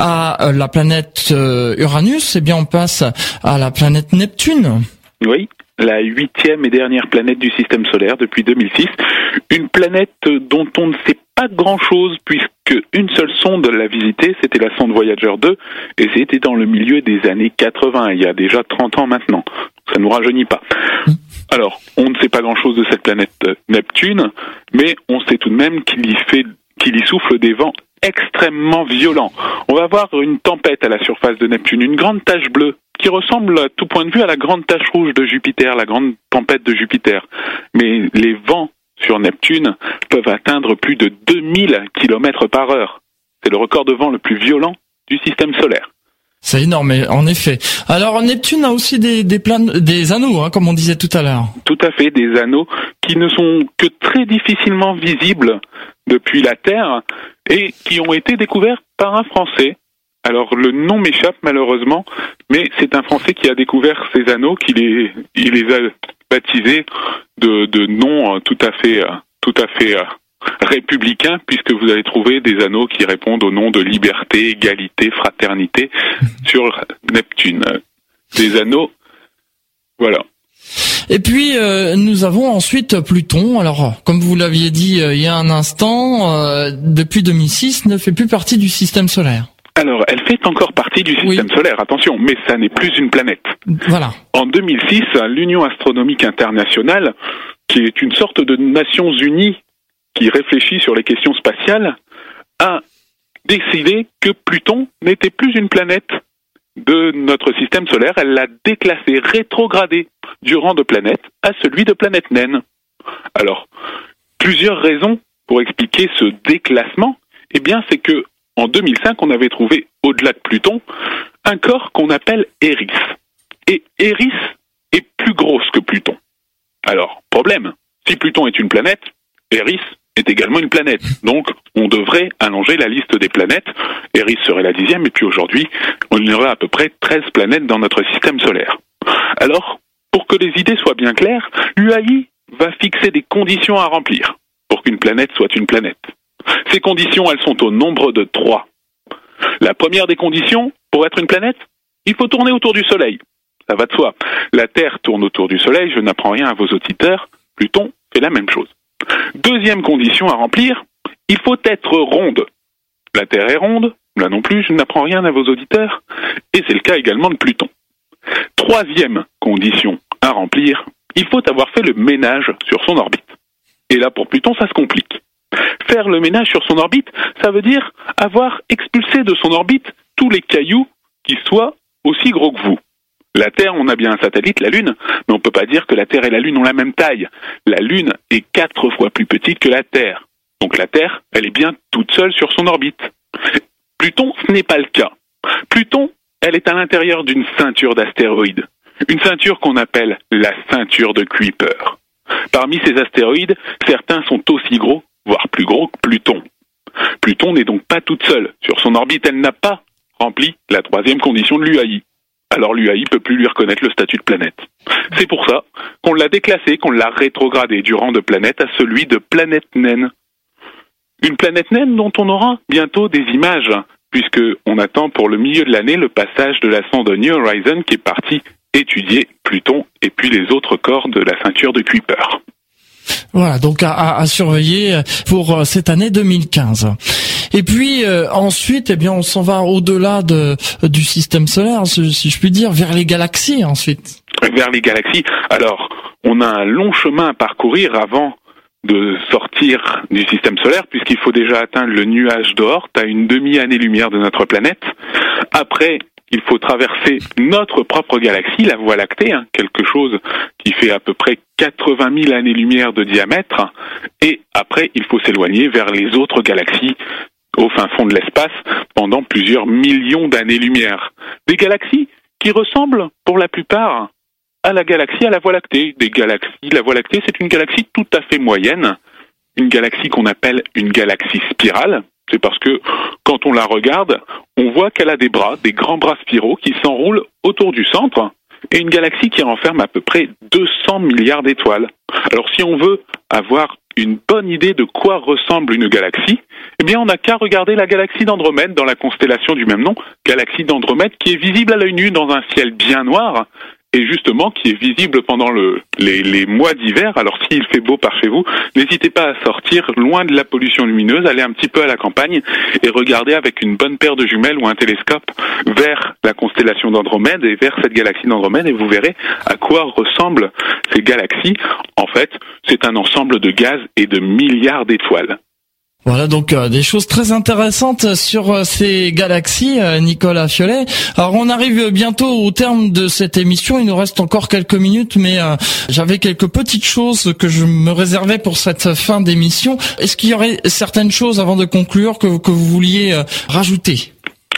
à la planète Uranus, et bien on passe à la planète Neptune. Oui, la huitième et dernière planète du système solaire depuis deux mille six. Une planète dont on ne sait pas grand-chose puisque une seule sonde l'a visitée, c'était la sonde Voyager deux, et c'était dans le milieu des années quatre-vingts, il y a déjà trente ans maintenant. Ça ne nous rajeunit pas. Alors, on ne sait pas grand-chose de cette planète Neptune, mais on sait tout de même qu'il y fait qu'il y souffle des vents extrêmement violents. On va voir une tempête à la surface de Neptune, une grande tache bleue qui ressemble à tout point de vue à la grande tache rouge de Jupiter, la grande tempête de Jupiter. Mais les vents sur Neptune peuvent atteindre plus de deux mille kilomètres par heure. C'est le record de vent le plus violent du système solaire. C'est énorme, en effet. Alors Neptune a aussi des des, plans, des anneaux, hein, comme on disait tout à l'heure. Tout à fait, des anneaux qui ne sont que très difficilement visibles depuis la Terre et qui ont été découverts par un Français. Alors le nom m'échappe malheureusement, mais c'est un Français qui a découvert ces anneaux, qui les il les a baptisés de de noms tout à fait tout à fait républicains, puisque vous allez trouver des anneaux qui répondent au nom de liberté, égalité, fraternité sur Neptune. Des anneaux, voilà. Et puis euh, nous avons ensuite Pluton. Alors, comme vous l'aviez dit euh, il y a un instant, euh, depuis deux mille six, ne fait plus partie du système solaire. Alors, elle fait encore partie du système oui. solaire, attention, mais ça n'est plus une planète. Voilà. En deux mille six, l'Union astronomique internationale, qui est une sorte de Nations unies qui réfléchit sur les questions spatiales, a décidé que Pluton n'était plus une planète de notre système solaire. Elle l'a déclassé, rétrogradé du rang de planète à celui de planète naine. Alors, plusieurs raisons pour expliquer ce déclassement. Eh bien, c'est que en deux mille cinq, on avait trouvé, au-delà de Pluton, un corps qu'on appelle Eris. Et Eris est plus grosse que Pluton. Alors, problème, si Pluton est une planète, Eris est également une planète. Donc, on devrait allonger la liste des planètes. Eris serait la dixième, et puis aujourd'hui, on y aurait à peu près treize planètes dans notre système solaire. Alors, pour que les idées soient bien claires, l'U A I va fixer des conditions à remplir pour qu'une planète soit une planète. Ces conditions, elles sont au nombre de trois. La première des conditions, pour être une planète, il faut tourner autour du Soleil. Ça va de soi. La Terre tourne autour du Soleil, je n'apprends rien à vos auditeurs. Pluton fait la même chose. Deuxième condition à remplir, il faut être ronde. La Terre est ronde, là non plus, je n'apprends rien à vos auditeurs, et c'est le cas également de Pluton. Troisième condition à remplir, il faut avoir fait le ménage sur son orbite. Et là, pour Pluton, ça se complique. Faire le ménage sur son orbite, ça veut dire avoir expulsé de son orbite tous les cailloux qui soient aussi gros que vous. La Terre, on a bien un satellite, la Lune, mais on ne peut pas dire que la Terre et la Lune ont la même taille. La Lune est quatre fois plus petite que la Terre. Donc la Terre, elle est bien toute seule sur son orbite. Pluton, ce n'est pas le cas. Pluton, elle est à l'intérieur d'une ceinture d'astéroïdes. Une ceinture qu'on appelle la ceinture de Kuiper. Parmi ces astéroïdes, certains sont aussi gros, voire plus gros que Pluton. Pluton n'est donc pas toute seule. Sur son orbite, elle n'a pas rempli la troisième condition de l'U A I. Alors l'U A I ne peut plus lui reconnaître le statut de planète. C'est pour ça qu'on l'a déclassé, qu'on l'a rétrogradé du rang de planète à celui de planète naine. Une planète naine dont on aura bientôt des images, puisqu'on attend pour le milieu de l'année le passage de la sonde New Horizons qui est partie étudier Pluton et puis les autres corps de la ceinture de Kuiper. Voilà, donc à, à, à surveiller pour cette année deux mille quinze. Et puis euh, ensuite, eh bien, on s'en va au-delà de du système solaire, si je puis dire, vers les galaxies ensuite. Vers les galaxies. Alors, on a un long chemin à parcourir avant de sortir du système solaire, puisqu'il faut déjà atteindre le nuage d'Oort à une demi-année-lumière de notre planète. Après, il faut traverser notre propre galaxie, la Voie lactée, hein, quelque chose qui fait à peu près quatre-vingt mille années-lumière de diamètre. Et après, il faut s'éloigner vers les autres galaxies au fin fond de l'espace pendant plusieurs millions d'années-lumière. Des galaxies qui ressemblent pour la plupart à la galaxie, à la Voie lactée. Des galaxies, la Voie lactée, c'est une galaxie tout à fait moyenne, une galaxie qu'on appelle une galaxie spirale. C'est parce que quand on la regarde, on voit qu'elle a des bras, des grands bras spiraux qui s'enroulent autour du centre, et une galaxie qui renferme à peu près deux cents milliards d'étoiles. Alors si on veut avoir une bonne idée de quoi ressemble une galaxie, eh bien on n'a qu'à regarder la galaxie d'Andromède dans la constellation du même nom, galaxie d'Andromède qui est visible à l'œil nu dans un ciel bien noir, et justement qui est visible pendant le, les, les mois d'hiver. Alors s'il fait beau par chez vous, n'hésitez pas à sortir loin de la pollution lumineuse, aller un petit peu à la campagne et regarder avec une bonne paire de jumelles ou un télescope vers la constellation d'Andromède et vers cette galaxie d'Andromède, et vous verrez à quoi ressemblent ces galaxies. En fait, c'est un ensemble de gaz et de milliards d'étoiles. Voilà donc euh, des choses très intéressantes sur euh, ces galaxies, euh, Nicolas Fiolet. Alors on arrive bientôt au terme de cette émission, il nous reste encore quelques minutes, mais euh, j'avais quelques petites choses que je me réservais pour cette fin d'émission. Est-ce qu'il y aurait certaines choses avant de conclure que, que vous vouliez euh, rajouter ?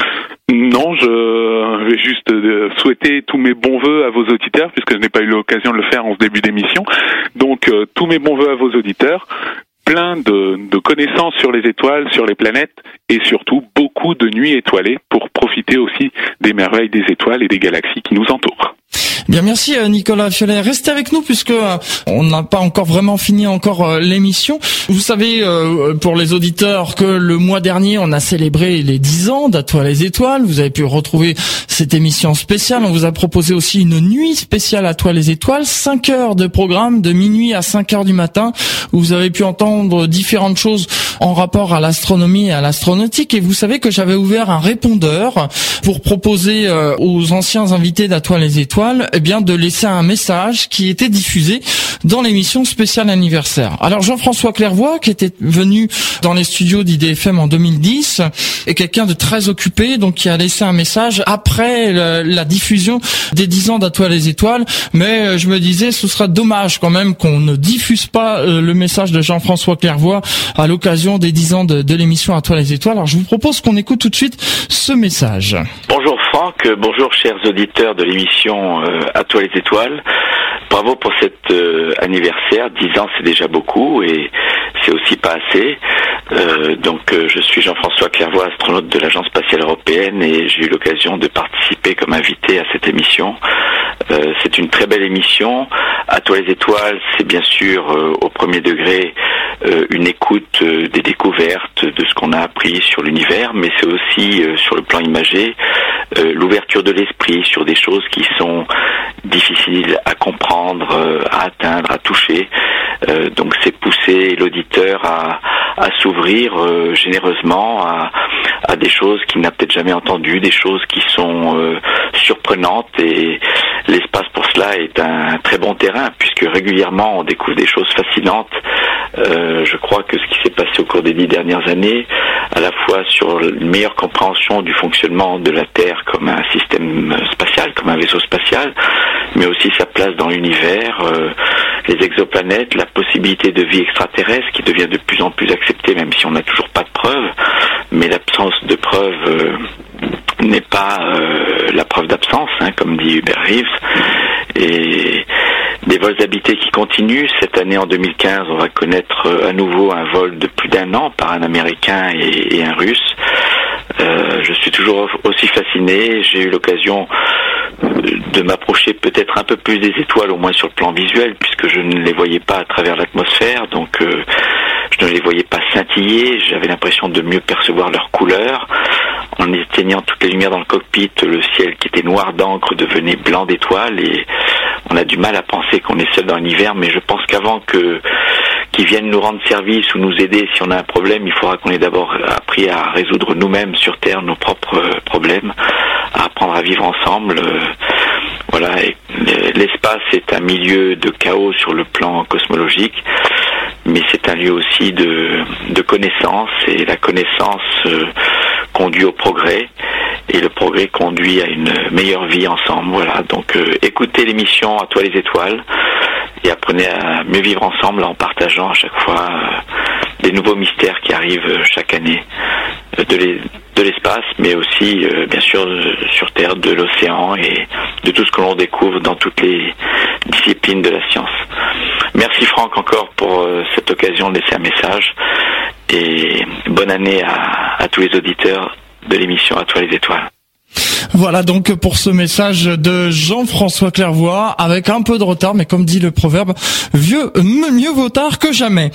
Non, je vais juste souhaiter tous mes bons vœux à vos auditeurs, puisque je n'ai pas eu l'occasion de le faire en ce début d'émission. Donc euh, tous mes bons vœux à vos auditeurs. Plein de, de connaissances sur les étoiles, sur les planètes, et surtout beaucoup de nuits étoilées pour profiter aussi des merveilles des étoiles et des galaxies qui nous entourent. Bien, merci Nicolas Fiolet. Restez avec nous puisque euh, on n'a pas encore vraiment fini encore euh, l'émission. Vous savez, euh, pour les auditeurs, que le mois dernier, on a célébré les dix ans d'À toi les étoiles. Vous avez pu retrouver cette émission spéciale. On vous a proposé aussi une nuit spéciale À toi les étoiles, cinq heures de programme de minuit à cinq heures du matin, où vous avez pu entendre différentes choses en rapport à l'astronomie et à l'astronautique. Et vous savez que j'avais ouvert un répondeur pour proposer euh, aux anciens invités d'À toi les étoiles, eh bien, de laisser un message qui était diffusé dans l'émission spéciale anniversaire. Alors, Jean-François Clairvoy, qui était venu dans les studios d'I D F M en deux mille dix, est quelqu'un de très occupé, donc qui a laissé un message après la, la diffusion des dix ans d'À toi les étoiles. Mais je me disais, ce serait dommage quand même qu'on ne diffuse pas euh, le message de Jean-François Clairvoy à l'occasion des dix ans de, de l'émission À toi les étoiles. Alors, je vous propose qu'on écoute tout de suite ce message. Bonjour Franck, bonjour chers auditeurs de l'émission euh, À toi les étoiles. Bravo pour cet euh, anniversaire. dix ans, c'est déjà beaucoup et c'est aussi pas assez. Euh, donc euh, je suis Jean-François Clairvoy, astronaute de l'Agence spatiale européenne, et j'ai eu l'occasion de participer comme invité à cette émission. Euh, c'est une très belle émission. À toi les étoiles, c'est bien sûr euh, au premier degré euh, une écoute euh, des découvertes, de ce qu'on a appris sur l'univers, mais c'est aussi euh, sur le plan imagé euh, l'ouverture de l'esprit sur des choses qui sont difficiles à comprendre, euh, à atteindre, à toucher. Euh, donc c'est pousser l'auditeur à, à s'ouvrir euh, généreusement à, à des choses qu'il n'a peut-être jamais entendues, des choses qui sont euh, surprenantes, et l'espace pour cela est un très bon terrain puisque régulièrement on découvre des choses fascinantes. Euh, je crois que ce qui s'est passé au cours des dix dernières années, à la fois sur une meilleure compréhension du fonctionnement de la Terre comme un système spatial, comme un vaisseau spatial, mais aussi sa place dans l'univers, euh, les exoplanètes, la possibilité de vie extraterrestre qui devient de plus en plus acceptée, même si on n'a toujours pas de preuves, mais l'absence de preuves euh, n'est pas euh, la preuve d'absence, hein, comme dit Hubert Reeves. Et des vols habités qui continuent. Cette année, en deux mille quinze, on va connaître à nouveau un vol de plus d'un an par un Américain et, et un Russe. Euh, je suis toujours aussi fasciné. J'ai eu l'occasion de m'approcher peut-être un peu plus des étoiles, au moins sur le plan visuel, puisque je ne les voyais pas à travers l'atmosphère, donc euh, je ne les voyais pas scintiller. J'avais l'impression de mieux percevoir leurs couleurs. En éteignant toutes les lumières dans le cockpit, le ciel qui était noir d'encre devenait blanc d'étoiles, et on a du mal à penser qu'on est seul dans l'univers, mais je pense qu'avant que qu'ils viennent nous rendre service ou nous aider si on a un problème, il faudra qu'on ait d'abord appris à résoudre nous-mêmes sur Terre nos propres problèmes, à apprendre à vivre ensemble. Voilà, et l'espace est un milieu de chaos sur le plan cosmologique, mais c'est un lieu aussi de, de connaissance, et la connaissance euh, conduit au progrès, et le progrès conduit à une meilleure vie ensemble. Voilà, donc euh, écoutez l'émission À toi les étoiles et apprenez à mieux vivre ensemble en partageant à chaque fois euh, des nouveaux mystères qui arrivent chaque année de, les, de l'espace, mais aussi euh, bien sûr sur Terre, de l'océan et de tout ce que l'on découvre dans toutes les disciplines de la science. Merci Franck encore pour euh, cette occasion de laisser un message et bonne année à, à tous les auditeurs de l'émission À toi les étoiles. Voilà donc pour ce message de Jean-François Clairvoy avec un peu de retard, mais comme dit le proverbe, vieux mieux vaut tard que jamais.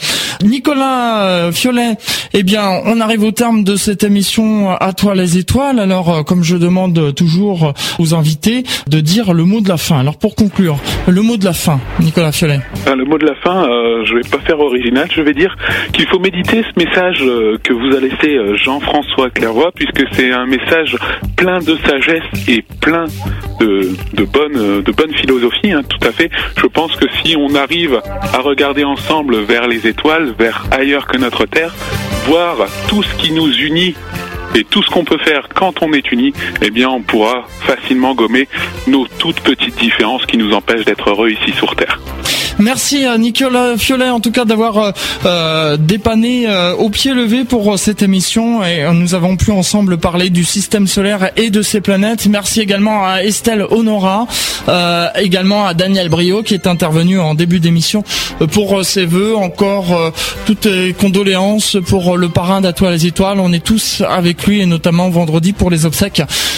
Nicolas Fiolet, eh bien on arrive au terme de cette émission À toi les étoiles. Alors comme je demande toujours aux invités de dire le mot de la fin. Alors pour conclure, le mot de la fin, Nicolas Fiolet. Ah, le mot de la fin, euh, je vais pas faire original, je vais dire qu'il faut méditer ce message euh, que vous a laissé euh, Jean-François Clairvoy, puisque c'est un message plein de sagesse et plein de, de bonne de bonne philosophie, hein, tout à fait. Je pense que si on arrive à regarder ensemble vers les étoiles, vers ailleurs que notre Terre, voir tout ce qui nous unit et tout ce qu'on peut faire quand on est unis, eh bien on pourra facilement gommer nos toutes petites différences qui nous empêchent d'être heureux ici sur Terre. Merci à Nicolas Fiolet en tout cas d'avoir euh, dépanné euh, au pied levé pour cette émission, et nous avons pu ensemble parler du système solaire et de ses planètes. Merci également à Estelle Honora, euh, également à Daniel Brio qui est intervenu en début d'émission pour ses vœux. Encore euh, toutes les condoléances pour le parrain d'À toi les étoiles. On est tous avec lui et notamment vendredi pour les obsèques.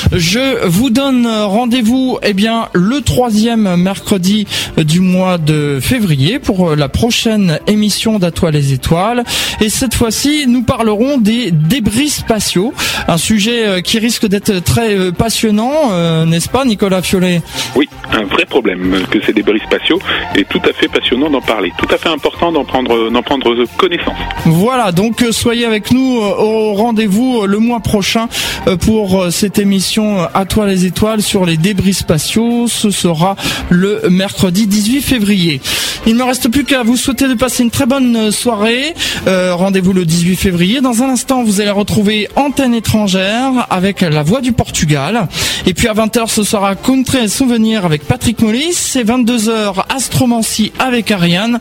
Je vous donne rendez-vous eh bien le troisième mercredi du mois de février pour la prochaine émission d'À toi les étoiles, et cette fois-ci nous parlerons des débris spatiaux, un sujet qui risque d'être très passionnant, euh, n'est-ce pas Nicolas Fiolet? Oui, un vrai problème que ces débris spatiaux, et tout à fait passionnant d'en parler, tout à fait important d'en prendre, d'en prendre connaissance. Voilà, donc soyez avec nous au rendez-vous le mois prochain pour cette émission À toi les étoiles sur les débris spatiaux. Ce sera le mercredi dix-huit février. Il ne me reste plus qu'à vous souhaiter de passer une très bonne soirée. Euh, rendez-vous le dix-huit février. Dans un instant, vous allez retrouver Antenne étrangère avec La Voix du Portugal. Et puis à vingt heures, ce sera Country et Souvenirs avec Patrick Mollis. Et vingt-deux heures, Astromancie avec Ariane.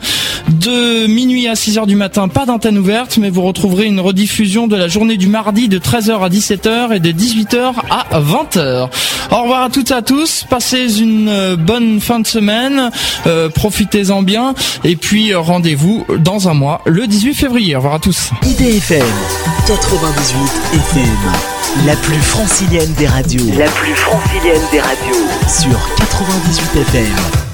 De minuit à six heures du matin, pas d'antenne ouverte, mais vous retrouverez une rediffusion de la journée du mardi de treize heures à dix-sept heures et de dix-huit heures à vingt heures. Au revoir à toutes et à tous. Passez une bonne fin de semaine. Euh, profitez-en bien. Et puis rendez-vous dans un mois, le dix-huit février. Au revoir à tous. I D F M quatre-vingt-dix-huit F M, la plus francilienne des radios. La plus francilienne des radios. Sur quatre-vingt-dix-huit F M.